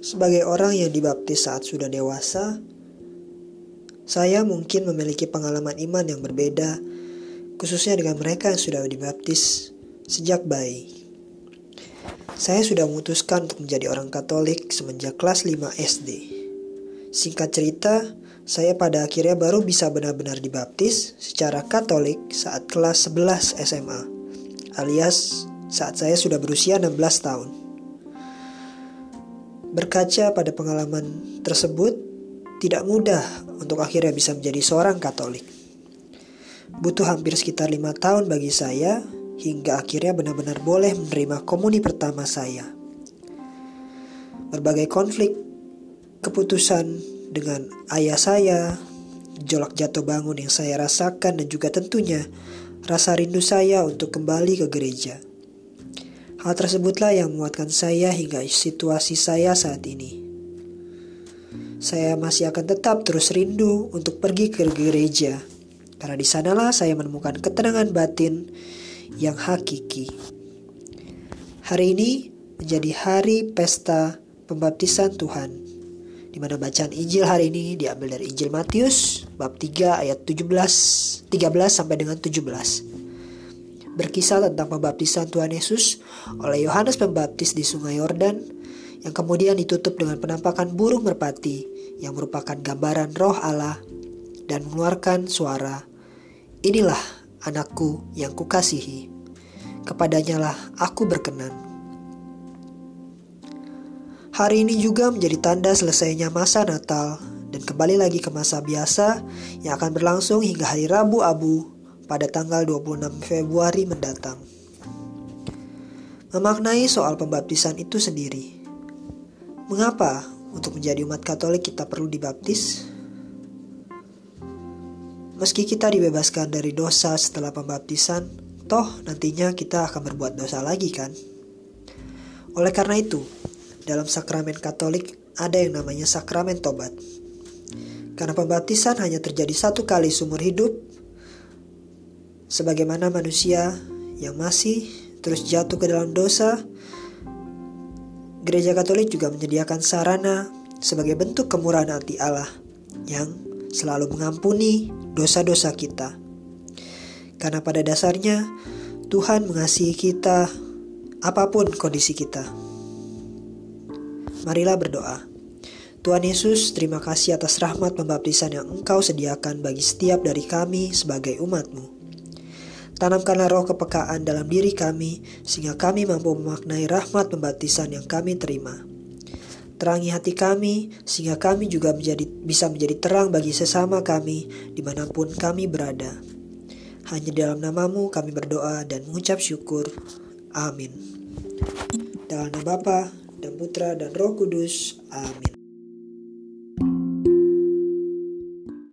Sebagai orang yang dibaptis saat sudah dewasa, saya mungkin memiliki pengalaman iman yang berbeda, khususnya dengan mereka yang sudah dibaptis sejak bayi. Saya sudah memutuskan untuk menjadi orang Katolik semenjak kelas 5 SD. Singkat cerita, saya pada akhirnya baru bisa benar-benar dibaptis secara Katolik saat kelas 11 SMA, alias saat saya sudah berusia 16 tahun. Berkaca pada pengalaman tersebut, tidak mudah untuk akhirnya bisa menjadi seorang Katolik. Butuh hampir sekitar 5 tahun bagi saya, hingga akhirnya benar-benar boleh menerima komuni pertama saya. Berbagai konflik, keputusan dengan ayah saya, jolak jatuh bangun yang saya rasakan, dan juga tentunya rasa rindu saya untuk kembali ke gereja. Hal tersebutlah yang menguatkan saya hingga situasi saya saat ini. Saya masih akan tetap terus rindu untuk pergi ke gereja, karena di sanalah saya menemukan ketenangan batin yang hakiki. Hari ini menjadi hari pesta pembaptisan Tuhan, di mana bacaan Injil hari ini diambil dari Injil Matius bab 3 ayat 13 sampai dengan 17. Berkisah tentang pembaptisan Tuhan Yesus oleh Yohanes Pembaptis di Sungai Yordan, yang kemudian ditutup dengan penampakan burung merpati yang merupakan gambaran Roh Allah dan mengeluarkan suara, "Inilah anakku yang kukasihi, kepadanyalah aku berkenan." Hari ini juga menjadi tanda selesainya masa Natal dan kembali lagi ke masa biasa yang akan berlangsung hingga hari Rabu Abu pada tanggal 26 Februari mendatang. Memaknai soal pembaptisan itu sendiri. Mengapa untuk menjadi umat Katolik kita perlu dibaptis? Meski kita dibebaskan dari dosa setelah pembaptisan, toh nantinya kita akan berbuat dosa lagi kan? Oleh karena itu, dalam sakramen Katolik ada yang namanya sakramen tobat. Karena pembaptisan hanya terjadi satu kali seumur hidup, sebagaimana manusia yang masih terus jatuh ke dalam dosa, Gereja Katolik juga menyediakan sarana sebagai bentuk kemurahan hati Allah yang selalu mengampuni dosa-dosa kita. Karena pada dasarnya Tuhan mengasihi kita apapun kondisi kita. Marilah berdoa. Tuhan Yesus, terima kasih atas rahmat pembaptisan yang Engkau sediakan bagi setiap dari kami sebagai umat-Mu. Tanamkanlah roh kepekaan dalam diri kami, sehingga kami mampu memaknai rahmat pembaptisan yang kami terima. Terangi hati kami, sehingga kami juga bisa menjadi terang bagi sesama kami, dimanapun kami berada. Hanya dalam nama-Mu kami berdoa dan mengucap syukur. Amin. Dalam nama Bapa dan Putra dan Roh Kudus. Amin.